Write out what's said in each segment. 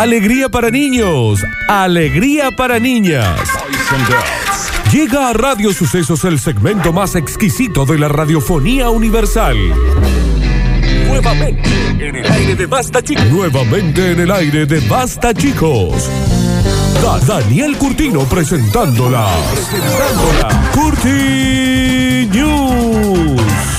Alegría para niños, alegría para niñas. Llega a Radio Sucesos el segmento más exquisito de la radiofonía universal. Nuevamente en el aire de Basta Chicos. Nuevamente en el aire de Basta Chicos. Daniel Curtino presentándola. Curti News.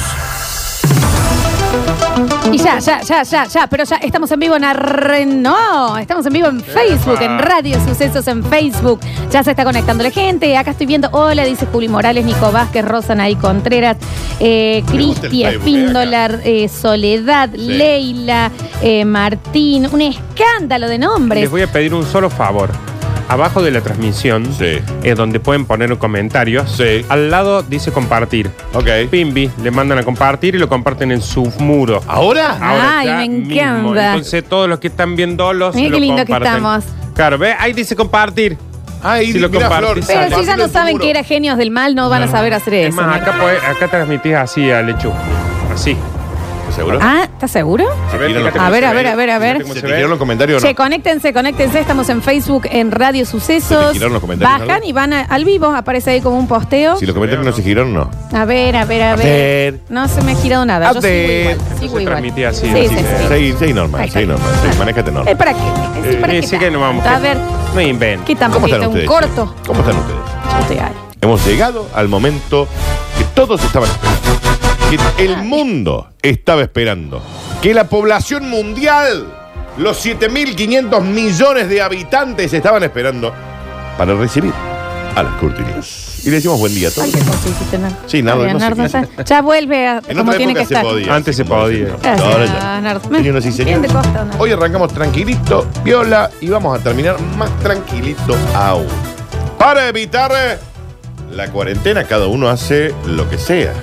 Y ya, pero ya estamos en vivo estamos en vivo en Facebook, en Radio Sucesos en Facebook. Ya se está conectando la gente. Acá estoy viendo, hola, dice Juli Morales, Nico Vázquez, Rosanaí Contreras, Cristi Espíndola, Soledad, sí. Leila, Martín. Un escándalo de nombres. Les voy a pedir un solo favor. Abajo de la transmisión, sí, donde pueden poner comentarios, sí, al lado dice compartir. Ok. Pimbi, le mandan a compartir y lo comparten en su muro. ¿Ahora? Ay, me encanta. Mismo. Entonces todos los que están viendo los mira qué lindo que estamos. Claro, ¿ves? Ahí dice compartir. Ahí si lo compartís. Pero si ya no saben que era genios del mal, no van a saber hacer eso. Es más, acá transmitís así a Lechu. Así. ¿Seguro? Ah, ¿estás seguro? A ver. ¿Se te quitaron los comentarios o no? Che, conéctense. Estamos en Facebook, en Radio Sucesos. ¿Se te quitaron los comentarios? Bajan y van al vivo. Aparece ahí como un posteo. Si los comentarios no se giraron, no. A ver. No se me ha girado nada. Yo sigo igual. Así. Sí, normal. Manéjate normal. ¿Para qué? Sí que no vamos. A ver. No inventen. ¿Qué tan poquito? ¿Un corto? ¿Cómo están ustedes? Hemos llegado al momento que todos estaban esperando. Que el mundo estaba esperando. Que la población mundial, los 7.500 millones de habitantes estaban esperando para recibir a las Curti News. Y le decimos buen día a todos. Ay, qué cosa hiciste, Nardo. Sí, Nardo. Ya vuelve a como tiene que estar. Antes se podía. Ahora ya. Señoras y señores, hoy arrancamos tranquilito, viola, y vamos a terminar más tranquilito aún. Para evitar la cuarentena, cada uno hace lo que sea.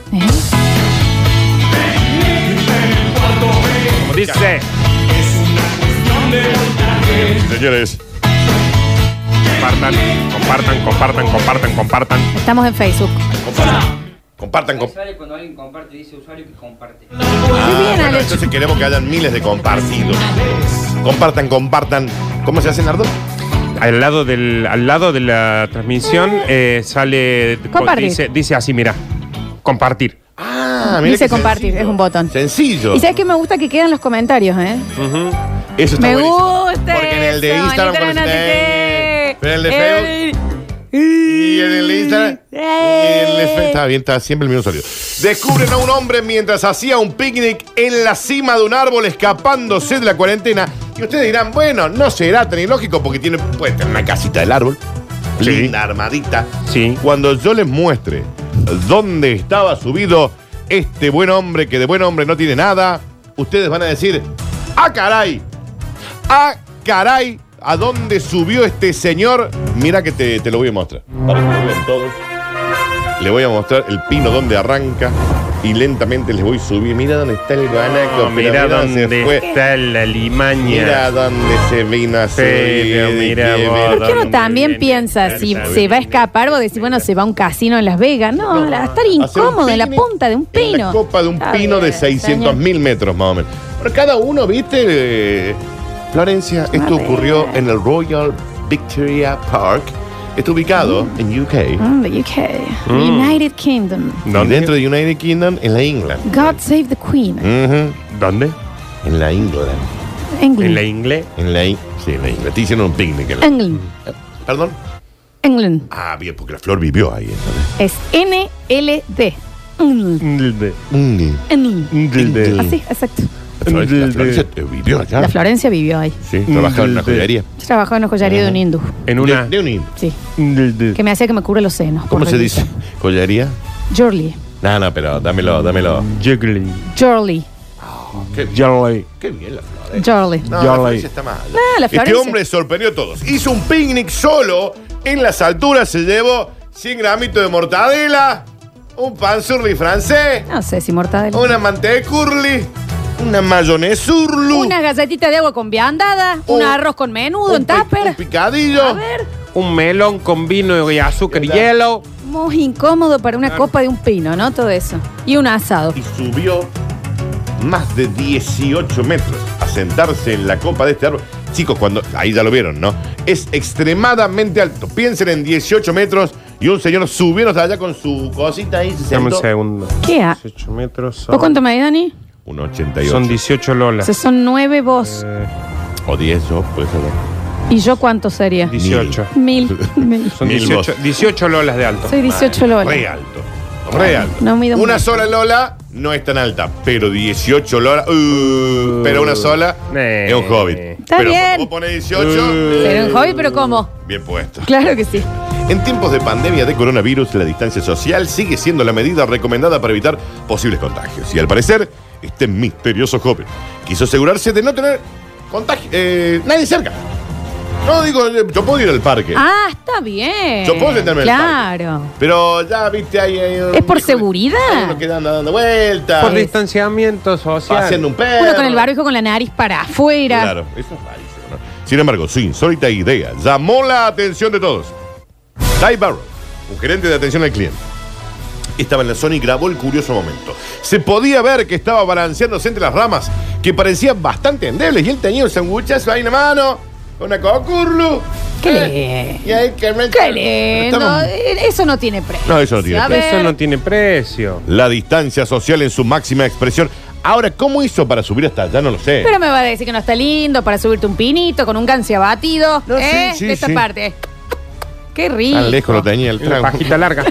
Dice. Señores, compartan. Estamos en Facebook. Compartan. Cuando alguien comparte, dice usuario que comparte. Entonces queremos que hayan miles de compartidos. Compartan. ¿Cómo se hace, Nardo? Al lado de la transmisión sale. Dice así, mira. Compartir. Mira, dice compartir, es un botón. Sencillo. Y sabes que me gusta que quedan los comentarios, Eso está me buenísimo. gusta. Porque en el de Instagram pero en el de Facebook y en el de Instagram está bien, está siempre el mismo sonido. Descubren a un hombre mientras hacía un picnic en la cima de un árbol escapándose de la cuarentena. Y ustedes dirán, bueno, no será tan ilógico porque puede tener una casita del árbol, sí, linda, armadita. Sí. Cuando yo les muestre dónde estaba subido este buen hombre, que de buen hombre no tiene nada, ustedes van a decir, ¡ah, caray! ¿A dónde subió este señor? Mira que te lo voy a mostrar. Para que lo vean todos. Le voy a mostrar el pino donde arranca y lentamente les voy a subir. Mira dónde está el guanaco. Mira dónde está la limaña. Mira dónde se vino a subir. ¿Por qué uno también piensa si se va a escapar o decir, bueno, se va a un casino en Las Vegas? No, va a estar incómodo en la punta de un pino. En la copa de un pino de 600.000 metros más o menos. Pero cada uno, ¿viste? Florencia, esto ocurrió en el Royal Victoria Park. Está ubicado en UK. The UK. United Kingdom. ¿Dónde? Dentro de United Kingdom, en la England. God Save the Queen. ¿Dónde? En la England. ¿En la Ingle? Sí, en la England. Estoy diciendo un picnic. England. ¿Perdón? England. Ah, bien, porque la Flor vivió ahí. Es NLD. England. Así, exacto. La Florencia vivió allá. La Florencia vivió ahí. Sí, trabajaba en una joyería. Trabajó en una joyería de un hindú. ¿En una? De un hindú. Sí. Que me hacía que me cubre los senos. ¿Cómo se dice? ¿Joyería? Jewelry. No, pero dámelo. Jewelry. Qué bien la Florencia. Jewelry. No, la Florencia está mal. La Florencia. Este hombre sorprendió a todos. Hizo un picnic solo. En las alturas se llevó 100 gramitos de mortadela, un pan surly francés. No sé si mortadela. Una manteca curly. Una mayonesa urlu. Una galletita de agua con viandada. Un arroz con menudo en tupper. Un picadillo. A ver. Un melón con vino y azúcar y hielo. Muy incómodo para una copa de un pino, ¿no? Todo eso. Y un asado. Y subió más de 18 metros a sentarse en la copa de este árbol. Chicos, ahí ya lo vieron, ¿no? Es extremadamente alto. Piensen en 18 metros y un señor subiendo hasta allá con su cosita ahí. Dame un segundo. ¿Qué? 18 metros son... ¿Vos cuánto medís, Dani? 1,88. Son 18 lolas. O sea, son 9 vos. O 10 yo, puede ser. ¿Y yo cuánto sería? 18. 1000. Son 18 lolas de alto. Soy 18 lolas. Re alto. Re alto. No mido Una mucho. sola lola no es tan alta, pero 18 lolas. Pero una sola es un hobbit. Está pero bien. Vos pones 18. Pero un hobby, pero ¿cómo? Bien puesto. Claro que sí. En tiempos de pandemia de coronavirus, la distancia social sigue siendo la medida recomendada para evitar posibles contagios. Y al parecer, este misterioso joven quiso asegurarse de no tener contagio, nadie cerca. No digo, yo puedo ir al parque. Ah, está bien. Yo puedo sentarme en el parque. Claro. Pero ya, viste, hay ¿Es por seguridad? Uno que anda dando vueltas. Por distanciamiento social. Haciendo un perro. Uno con el barbijo con la nariz para afuera. Claro, eso es rarísimo, ¿no? Sin embargo, su insólita idea llamó la atención de todos. Ty Barrow, un gerente de atención al cliente, estaba en la zona y grabó el curioso momento. Se podía ver que estaba balanceándose entre las ramas, que parecían bastante endebles, y él tenía un sanguchazo ahí en la mano, una cocurlu. ¿Qué Y ahí que me... Qué lindo. Estamos- Eso no tiene precio. No, eso no tiene A precio. ver. Eso no tiene precio. La distancia social en su máxima expresión. Ahora, ¿cómo hizo para subir hasta allá? No lo sé. Pero me va a decir que no está lindo para subirte un pinito con un ganse abatido. No, sí, de esta sí. parte. Qué rico. Tan lejos lo tenía el Una trago. pajita larga.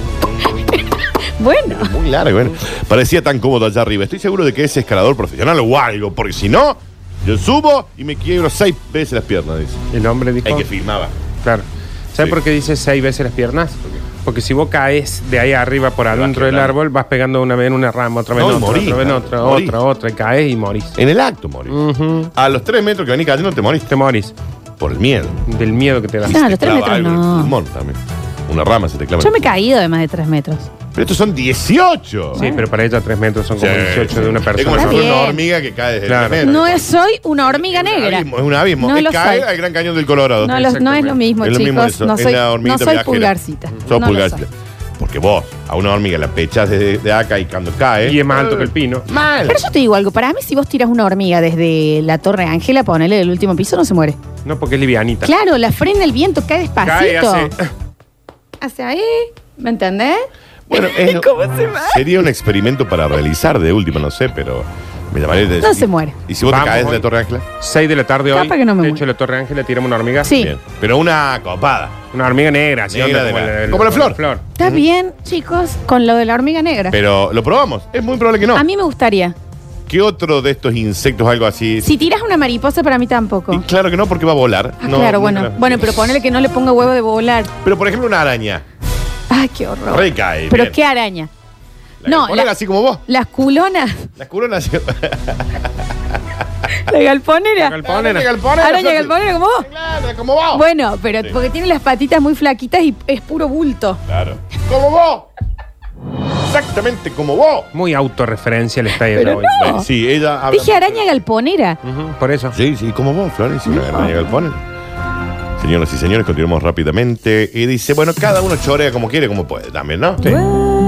Bueno. Muy largo, bueno. Parecía tan cómodo allá arriba. Estoy seguro de que es escalador profesional o algo, porque si no, yo subo y me quiebro 6 veces las piernas, dice. El hombre dijo... El que filmaba. Claro. ¿Sabes Sí. por qué dice 6 veces las piernas? Porque si vos caes de ahí arriba por adentro del quebrando. árbol, vas pegando una vez en una rama, otra vez No, en y otra, morís, otra vez en claro. otra, Morís. otra, y caes y morís. En el acto morís. Ujú. A los 3 metros que venís cayendo te morís. Te morís. Por el miedo. Del miedo que te da. Ah, Se los te 3 clava metros algo en el no. pulmón también. Una rama se te clava. Yo me he caído de más de 3 metros. Pero estos son 18. Sí, pero para ella 3 metros son como Sí, 18 de una Es como persona. si Está fuera una bien. hormiga que cae desde Claro. el 3 metros. No soy una hormiga negra. Es un abismo. No Es lo caer soy. al Gran Cañón del Colorado. No, no es lo mismo, Es lo chicos. mismo eso, no es soy, la no hormiguita soy viajera. pulgarcita. Sos No lo pulgarcita. soy. Porque vos a una hormiga la pechás de acá y cuando cae. Y es más alto que el pino. Mal. Pero yo te digo algo. Para mí, si vos tiras una hormiga desde la Torre Ángela, ponele del último piso, no se muere. No, porque es livianita. Claro, la frena el viento, cae despacito. Cae, hace... Hace ahí. ¿Me entendés? Bueno, sería un experimento para realizar de última, no sé, pero me llamaría de No se muere. ¿Y si vos Vamos te caes de hoy. la Torre Ángela? 6 de la tarde hoy. Capaz que no me de muero. hecho, la Torre Ángela tiramos una hormiga. Sí. Bien. Pero una copada. Una hormiga negra. así Negra onda, de como verdad. el- Como la flor. Está bien, chicos, con lo de la hormiga negra. Pero lo probamos. Es muy probable que no. A mí me gustaría. ¿Qué otro de estos insectos, algo así? Si tiras una mariposa, para mí tampoco. Y claro que no, porque va a volar. Ah, No, claro, nunca bueno. la- Bueno, pero ponele que no le ponga huevo de volar. Pero por ejemplo, una araña. Ay, qué horror. Recae. Pero bien. qué araña. La no, galponera, la- así como vos. Las culonas. Las culonas. La galponera. Galponera. Araña galponera como vos. Claro, como vos. Bueno, pero Sí. porque tiene las patitas muy flaquitas y es puro bulto. Claro. Como vos. Exactamente como vos. Muy autorreferencial está ella Pero hoy. no. Sí, ella habla. Dije araña galponera. Ujú, por eso. Sí, sí, como vos, Florencia. Una araña galponera. Señoras y señores, continuamos rápidamente. Y dice, bueno, cada uno chorea como quiere, como puede también, ¿no? Sí.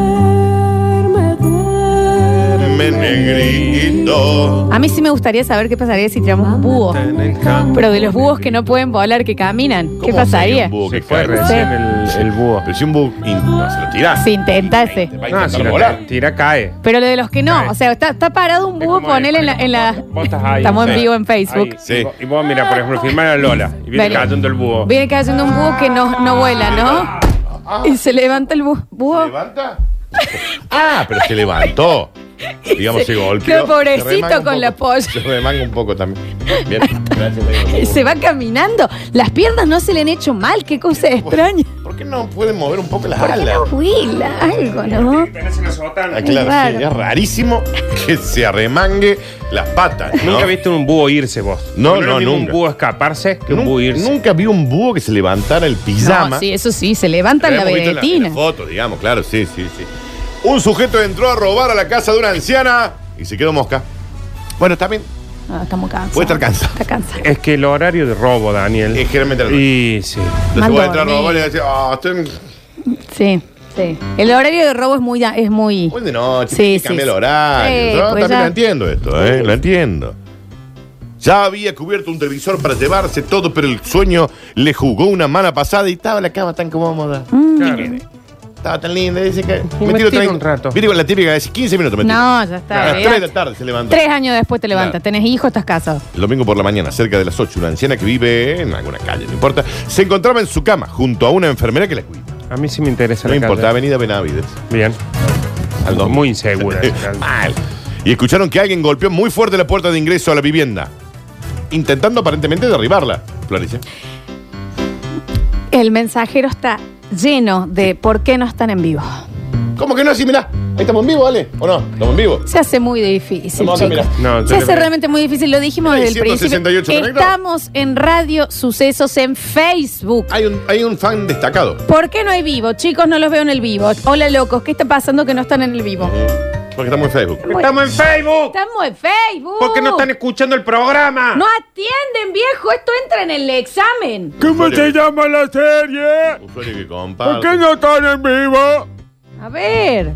Me negrito. A mí sí me gustaría saber qué pasaría si tiramos un búho. En el campo. Pero de los búhos que no pueden volar, que caminan. ¿Qué ¿Cómo sería pasaría? un búho Se que fue cae? recién el búho. Pero si un búho no, se lo tirás. Si intentase. Va a No, intentar si la volar. tira, cae. Pero lo de los que no, Cae. o sea, está parado un Es búho, como ponele en la... Vos estás ahí, Estamos en sí. vivo en Facebook. Ahí. Sí. Y vos, mira, por ejemplo, filmar a Lola. Y viene Vale. cayendo el búho. Viene cayendo un búho que no vuela, ¿no? Y se levanta el ¿Se búho. levanta? Ah, pero se levantó. Digamos, se golpeó. Qué pobrecito Se remanga un con poco. la polla. Se remanga un poco también. Bien, gracias. Se va caminando. Las piernas no se le han hecho mal. Qué cosa extraña. ¿Por qué no pueden mover un poco las ¿Por qué alas? no vuela algo, no? Tenés en la sotana. Ah, claro, raro. sí, es rarísimo que se arremangue las patas, ¿no? Nunca viste un búho irse vos. No, Porque no, es lo mismo nunca. un búho escaparse que un búho irse. Nunca vi un búho que se levantara el pijama. No, sí, eso sí, se levanta en la Hemos visto en vedetina. la foto, digamos, claro, sí, sí, sí. Un sujeto entró a robar a la casa de una anciana y se quedó mosca. Bueno, está bien. Ah, estamos cansados. Puede estar cansado. Está cansado. Es que el horario de robo, Daniel. Es generalmente la Y sí. Entonces Mal voy a entrar a dormido. robar y decir, estoy Sí, sí. El horario de robo es muy... muy de noche, Sí, hay que sí, cambiar sí. el horario. Sí, Yo pues también ya. lo entiendo esto, lo entiendo. Ya había cubierto un televisor para llevarse todo, pero el sueño le jugó una mala pasada y estaba la cama tan cómoda. Claro. Estaba tan linda. Dice que Me tiro un rato. Viste con la típica de 15 minutos. No, ya está. A las 3 de la tarde se levanta. 3 años después te levantas. Claro. Tenés hijos, estás casado. El domingo por la mañana, cerca de las 8, una anciana que vive en alguna calle, no importa, se encontraba en su cama junto a una enfermera que la cuida. A mí sí me interesa No la importa, calle. Avenida Benavides. Bien. Aldo. Muy insegura esa calle. Mal. Y escucharon que alguien golpeó muy fuerte la puerta de ingreso a la vivienda, intentando aparentemente derribarla. Florencia. El mensajero está lleno de por qué no están en vivo. ¿Cómo que no? Sí, mirá. Ahí estamos en vivo, ¿vale? ¿O no? ¿Estamos en vivo? Se hace muy difícil, Estamos acá, chicos. mirá. No, Se hace realmente muy difícil. Lo dijimos Hay desde el principio. 168 conectados. Estamos en Radio Sucesos en Facebook. Hay un fan destacado. ¿Por qué no hay vivo? Chicos, no los veo en el vivo. Hola, locos. ¿Qué está pasando que no están en el vivo? Porque estamos en Facebook. ¡Estamos en Facebook! Estamos en Facebook. ¿Por qué no están escuchando el programa? No atienden, viejo. Esto entra en el examen. ¿Cómo se llama la serie? Usuario que ¿Por comparte. qué no están en vivo? A ver.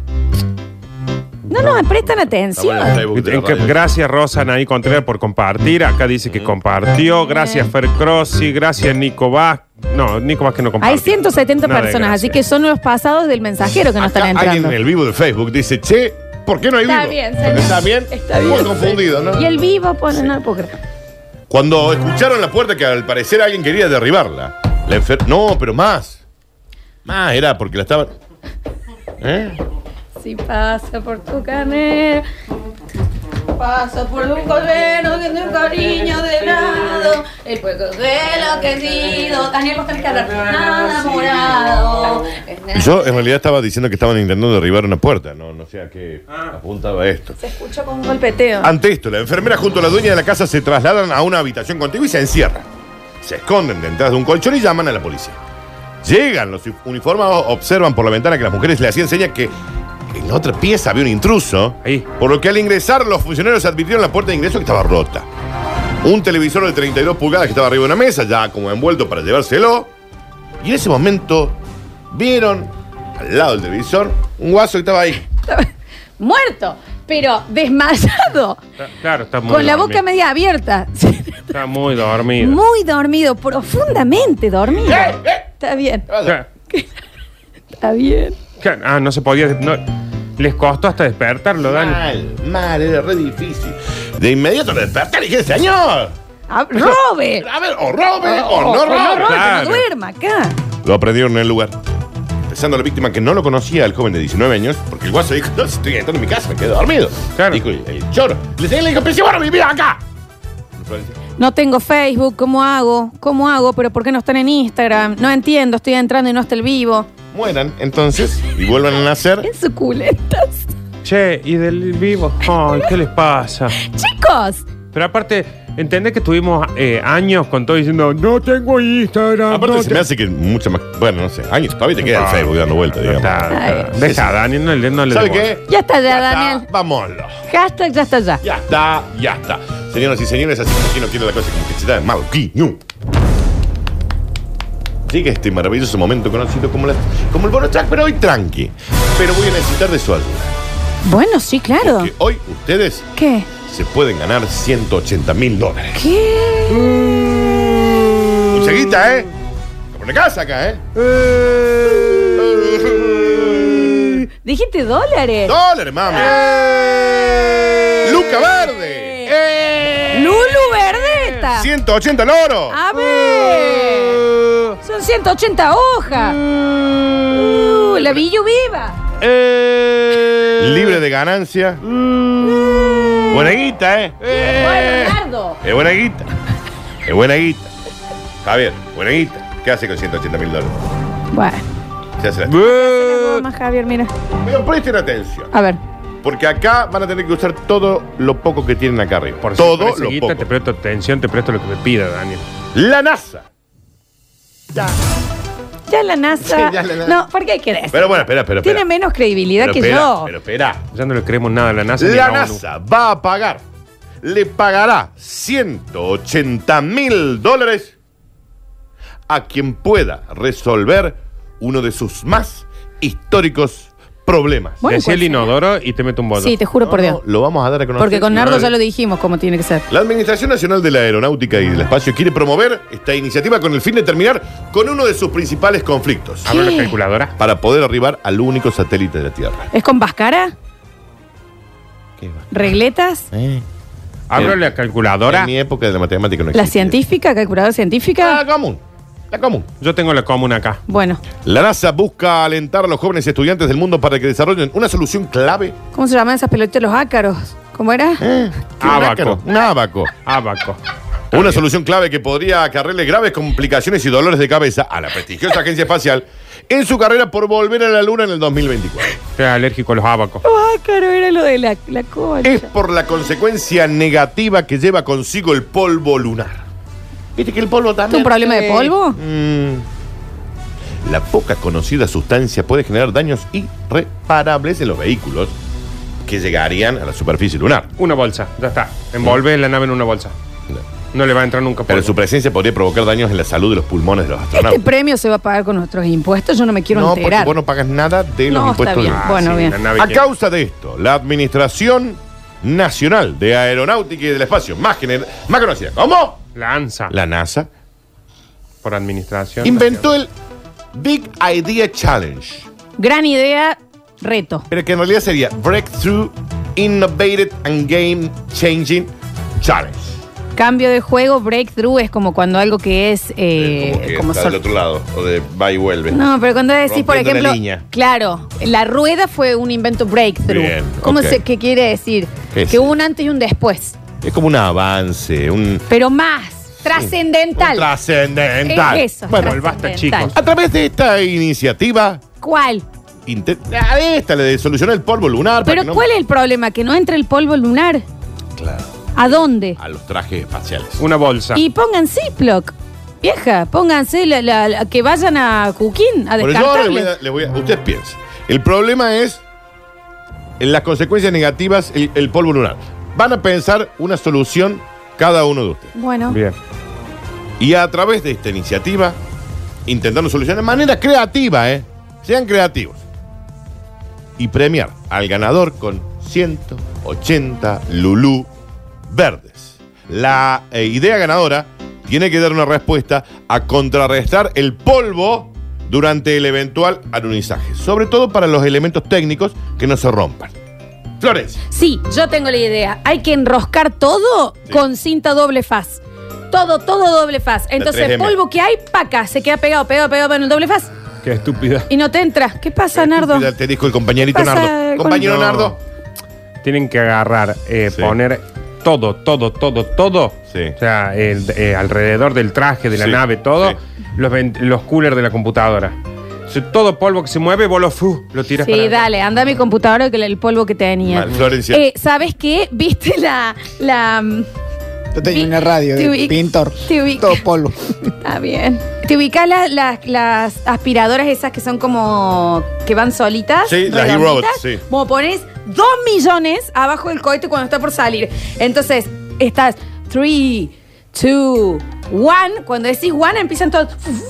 No nos prestan atención. Estamos en el Facebook de la radio. Gracias Rosana Contreras por compartir. Acá dice que compartió. Gracias Fer Crossi. Gracias Nico Vázquez. No, Nico Vázquez no compartió. Hay 170 Nada de personas, gracias. así que son los pasados del mensajero que no están Acá alguien entrando. en el vivo de Facebook dice, che, ¿por qué no hay Está vivo? bien, señor. ¿Está bien? Está bien. Muy confundido, ¿no? Y el vivo pone, no lo puedo creer. Cuando escucharon la puerta que al parecer alguien quería derribarla, no, pero más. Más era porque la estaban... ¿Eh? Si pasa por tu carne, pasa por un cordero que de un cariño de lado, el pueblo de lo que he sido. Daniel, vos tenés que hablar. Enamorado. Yo en realidad estaba diciendo que estaban intentando derribar una puerta, no sé a qué apuntaba esto. Se escuchó con un golpeteo. Ante esto, la enfermera junto a la dueña de la casa se trasladan a una habitación contigua y se encierran. Se esconden detrás de un colchón y llaman a la policía. Llegan los uniformados, observan por la ventana que las mujeres le hacían señas que en la otra pieza había un intruso. Ahí. Por lo que al ingresar, los funcionarios advirtieron la puerta de ingreso que estaba rota. Un televisor de 32 pulgadas que estaba arriba de una mesa, ya como envuelto para llevárselo. Y en ese momento vieron al lado del televisor un guaso que estaba ahí. Muerto, pero desmayado. Claro, está muy Con la dormido. boca media abierta. Está muy dormido. Muy dormido, profundamente dormido. Está bien, Claro. está bien. Ah, no se podía. Les costó hasta despertarlo, Dani. Mal, era re difícil. De inmediato le desperté y dije, señor. ¡Robe! A ver, o robe o no robe. No robe, Claro. no duerma acá. Lo aprendieron en el lugar. Empezando la víctima que no lo conocía, el joven de 19 años, porque el guaso dijo, no, si estoy entrando en mi casa, me quedé dormido. Claro. Dijo el choro. Le dijo, pero si vos no vivís acá. No tengo Facebook, ¿cómo hago? ¿Cómo hago? ¿Pero por qué no están en Instagram? No entiendo, estoy entrando y no está el vivo. Mueran entonces y vuelvan a nacer. En suculentas. Che, y del vivo. Ay, ¿qué les pasa? ¡Chicos! Pero aparte, ¿entendés que tuvimos años con todo diciendo no tengo Instagram? Aparte no se me hace que mucho más, bueno, no sé, años, todavía te queda el Facebook dando vueltas, digamos. Ay. Deja a Dani, no le ¿Sabe demos. qué? Ya está, ya, Daniel. Vámonos. Hashtag ya está ya. Ya está, ya está. Señoras y señores, así como quien no quiere la cosa como que se da de Marquiño. Llega este maravilloso momento conocido como el bonus track, pero hoy tranqui. Pero voy a necesitar de su ayuda. Bueno, sí, claro. Porque hoy ustedes ¿Qué? se pueden ganar $180,000. ¿Qué? Mucha guita, ¿eh? Como una casa acá, ¿eh? Dijiste dólares. ¡Dólares, mami! ¡Luca verde! Lulu Verdeta. ¡180 loro! A ver. Son 180 hojas. La Villu viva. Libre de ganancia. Buena guita, ¿eh? Leonardo. Es buena guita. Es buena guita. Javier, buena guita. ¿Qué hace con $180,000? Bueno. Se hace la... Más Javier, mira. Pero presten atención. A ver. Porque acá van a tener que usar todo lo poco que tienen acá arriba. Por todo si lo guita, poco. te presto atención, te presto lo que me pida, Daniel. La NASA. Ya la NASA. Sí, ya la NASA. No, porque hay que decir. Pero bueno, espera. Tiene menos credibilidad Pero que espera, yo. Pero espera. Ya no le creemos nada a la NASA. ni La a ONU. NASA va a pagar, le pagará $180,000 a quien pueda resolver uno de sus más históricos problemas. Bueno, Decía el pues, inodoro y te meto un bollo. Sí, te juro por Dios. No, lo vamos a dar a conocer. Porque con Nardo ya lo dijimos como tiene que ser. La Administración Nacional de la Aeronáutica y del Espacio quiere promover esta iniciativa con el fin de terminar con uno de sus principales conflictos. ¿Abro la calculadora? Para poder arribar al único satélite de la Tierra. ¿Es con Vascara? ¿Qué va? ¿Regletas? ¿Abro la calculadora? En mi época de la matemática no ¿La existía. científica? ¿Calculadora científica? La común. La común. Yo tengo la común acá. Bueno, La NASA busca alentar a los jóvenes estudiantes del mundo para que desarrollen una solución clave. ¿cómo se llaman esas pelotitas los ácaros? ¿Cómo era? Ábaco. Un ábaco. Abaco. Una solución clave que podría acarrearle graves complicaciones y dolores de cabeza a la prestigiosa agencia espacial en su carrera por volver a la Luna en el 2024. Estoy alérgico a los abacos. Los ácaros era lo de la concha. Es por la consecuencia negativa que lleva consigo el polvo lunar. ¿Viste que el polvo ¿Es también? un problema de polvo? La poca conocida sustancia puede generar daños irreparables en los vehículos que llegarían a la superficie lunar. Una bolsa, ya está. Envolve la nave en una bolsa. No le va a entrar nunca Pero polvo. su presencia podría provocar daños en la salud de los pulmones de los Este astronautas. premio se va a pagar con nuestros impuestos. Yo no me quiero No, porque enterar. vos no pagas nada de los No, impuestos está bien. lunares. Bueno, bien. La nave A tiene- causa de esto, la Administración Nacional de Aeronáutica y del Espacio, más conocida como La ANSA. la NASA, Por administración. inventó el Big Idea Challenge, Gran idea, reto. pero que en realidad sería Breakthrough Innovative and Game Changing Challenge. Cambio de juego, breakthrough es como cuando algo que es... Como que como está sor- del otro lado, o de va y vuelve. No, pero cuando decís, por Rompiendo la ejemplo, línea. claro, la rueda fue un invento breakthrough. Bien, ¿Cómo ok. qué quiere decir? ¿Qué es? Que hubo un antes y un después, Es como un avance, un pero más trascendental. trascendental. Es eso. Bueno, el basta, trascendental. chicos. a través de esta iniciativa, ¿Cuál? esta le solucionó el polvo lunar. para Pero que no- ¿cuál es el problema? Que no entre el polvo lunar. Claro, ¿A dónde? a los trajes espaciales. Una bolsa. Y pongan Ziploc. Vieja, pónganse que vayan a Cuquín a Por eso ahora descartarle. ustedes piensen. El problema es en las consecuencias negativas, el polvo lunar. Van a pensar una solución cada uno de ustedes. Bueno, Bien. Y a través de esta iniciativa, intentando solucionar de manera creativa, sean creativos. Y premiar al ganador con 180 Lulú verdes. La idea ganadora tiene que dar una respuesta a contrarrestar el polvo durante el eventual alunizaje, sobre todo para los elementos técnicos que no se rompan. Florencia. sí, yo tengo la idea. Hay que enroscar todo Sí. con cinta doble faz. Todo doble faz. Entonces, el 3M. polvo que hay, paca, se queda pegado en el doble faz. Qué estúpida. Y no te entra. ¿Qué pasa, Nardo? Estúpida, te dijo el compañerito ¿Qué pasa Nardo. con- Compañero No. Nardo. Tienen que agarrar, Sí. poner todo. Sí. O sea, alrededor del traje, de la Sí, nave, todo. sí. Los coolers de la computadora. O sea, todo polvo que se mueve, vos lo tiras Sí, para dale, anda a mi computadora que el polvo que tenía. Mal, Florencia. ¿Sabes qué? ¿Viste la Yo tenía Vi- una radio te de ubic- pintor. te ubic- Todo polvo. Está bien. ¿Te ubicás las aspiradoras esas que son como que van solitas? Sí, las redonditas? e-robots, sí. Como pones 2 millones abajo del cohete cuando está por salir. Entonces, estás 3, 2, 1. Cuando decís 1 empiezan todos.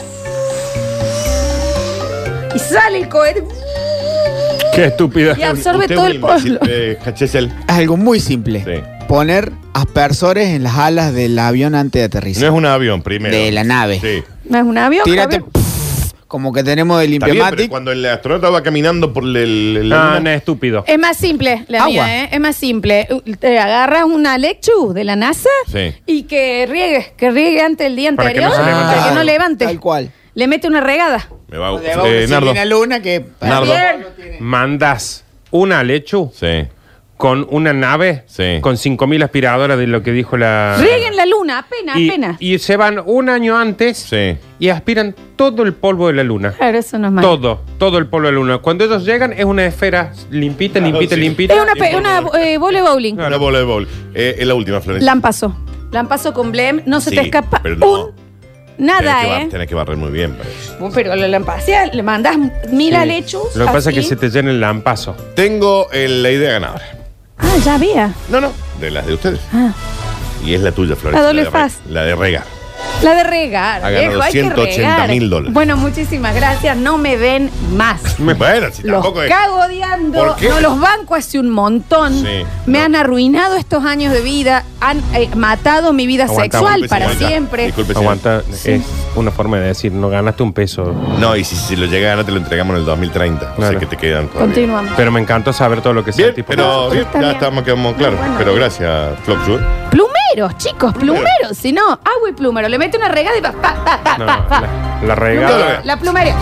Y sale el cohete Qué estúpida. y absorbe Usted todo es el un imbécil, polvo. Hachesel. Es algo muy simple. Sí. Poner aspersores en las alas del avión antes de aterrizar. No es un avión primero. De la nave. Sí. ¿No es un avión? Tírate, Javier? como que tenemos el Está bien, pero Limpiamatic. cuando el astronauta va caminando por la No, luna, no, estúpido. Es más simple, la Agua. mía, ¿eh? Es más simple. Te agarras una lechu de la NASA Sí. y que riegue antes del día Para que anterior. no se levante. Para que no Claro, levante. Tal cual. Le mete una regada. me va a Debajo de Nardo. Silvina Luna que... Nardo. Bien. Mandas una lechu Sí. con una nave Sí. con 5.000 aspiradoras de lo que dijo la... Rieguen la luna, apenas, apenas. Y se van un año antes Sí. y aspiran todo el polvo de la luna. Claro, eso no es malo. Todo el polvo de la luna. Cuando ellos llegan es una esfera limpita, Claro, limpita, sí. limpita. Es una bola de bowling. Una bola de bowl. Es la última, Florencia. Lampazo con blem, no se Sí, te escapa pero no. nada, Tenés que barrer muy bien para eso. Pero la lampacea, le mandas 1000 Sí. lechus. Lo que pasa es que así. se te llena el lampazo. Tengo la idea ganadora. Ah, ya había. No, de las de ustedes. Ah. Y es la tuya, Florencia. La doble de faz. La de regar. La de regar. Ha ganado viejo, hay que regar. $180.000. Bueno, muchísimas gracias. No me den más. Bueno, si Los tampoco es. cago odiando. ¿Por qué? No los banco hace un montón. Sí, me no. han arruinado estos años de vida. Han matado mi vida Aguanta, sexual disculpe, para señorita. siempre. Disculpe, señor. Aguanta, es una forma de decir, no ganaste un peso. No, y si lo llega a ganar, te lo entregamos en el 2030. O sea Claro. que te quedan todavía. Continuamos. Pero me encantó saber todo lo que sea Bien, el tipo. pero bien, Está ya bien. quedamos claros. Bueno. Pero gracias, Floxu. Plumeros, chicos, plumeros. Si no, agua y plumero. Le mete una regada y va. No, la regada. La plumería.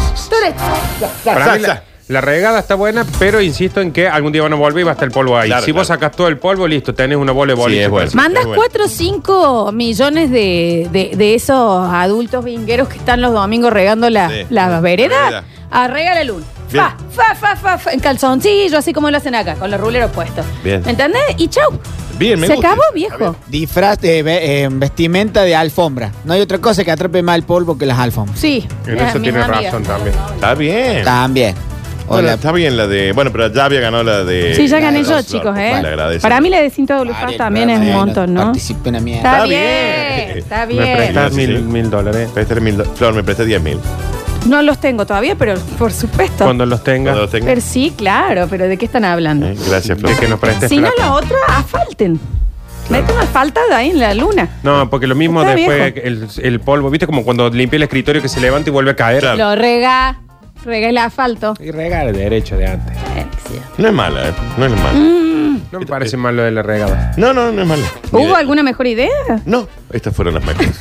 Para mí la regada está buena, pero insisto en que algún día van a volver y va a estar el polvo ahí. Claro, si vos claro. sacás todo el polvo, listo, tenés una bola de boliche. es bueno. Mandas Es bueno. 4 o 5 millones de esos adultos vingueros que están los domingos regando la Sí. vereda. Vereda. Regala el uno. Bien. Fa, en calzoncillo, así como lo hacen acá, con los ruleros puestos. Bien. ¿Me entendés? Y chau. Bien, me Se gusta. acabó, Está viejo. bien. Disfraz de vestimenta de alfombra. No hay otra cosa que atrape más el polvo que las alfombras. Sí. En mis eso tiene amigas. razón también. Está bien. También. Bueno, Hola. está bien la de. Bueno, pero ya había ganado la de. Sí, ya gané la yo, de chicos, Flor, ¿eh? le agradezco. Para mí la de cinta doble faz también es un montón, ¿no? Participé en la mía. Está Está bien, bien. está Me bien. prestás Sí, sí. $1.000. Préstale Flor, me presta 10.000. No los tengo todavía, pero por supuesto. Cuando los tengas. Cuando lo tenga. Pero sí, claro, pero ¿de qué están hablando? Gracias, Flor. De que nos prestes Si no, plata. la otra, asfalten. Mete una asfaltada ahí en la luna. No, porque lo mismo Está después el polvo, ¿viste? Como cuando limpia el escritorio que se levanta y vuelve a caer. Claro. Lo rega el asfalto. Y regar derecho de antes. No es mala, ¿eh? No es mala. No me parece mal lo de la regada. No es mala. ¿Hubo alguna mejor idea? No, estas fueron las mejores.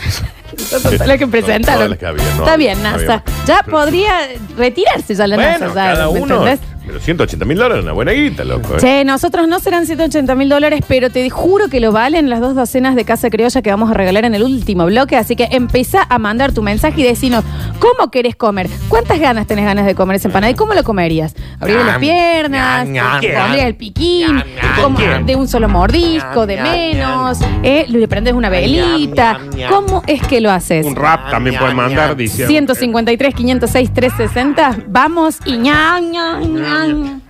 La que presentaron. Todas las que había, no Está había, bien, no NASA. había. Ya podría retirarse ya la Bueno, NASA. ya, cada ¿me uno. entendés? Pero $180.000 una buena guita, loco. Che, nosotros no serán $180.000, pero te juro que lo valen las 2 docenas de casa criolla que vamos a regalar en el último bloque. Así que empezá a mandar tu mensaje y decinos cómo querés comer. ¿Cuántas ganas tenés ganas de comer esa empanada? ¿Y cómo lo comerías? ¿Abrirías las piernas? ¿Pondrías el piquín? ¿Cómo? ¿De un solo mordisco? ¿De menos? ¿Le prendes una velita? ¿Cómo es que lo haces? Un rap también puede mandar diciendo. 153, 506, 360. Vamos y ña.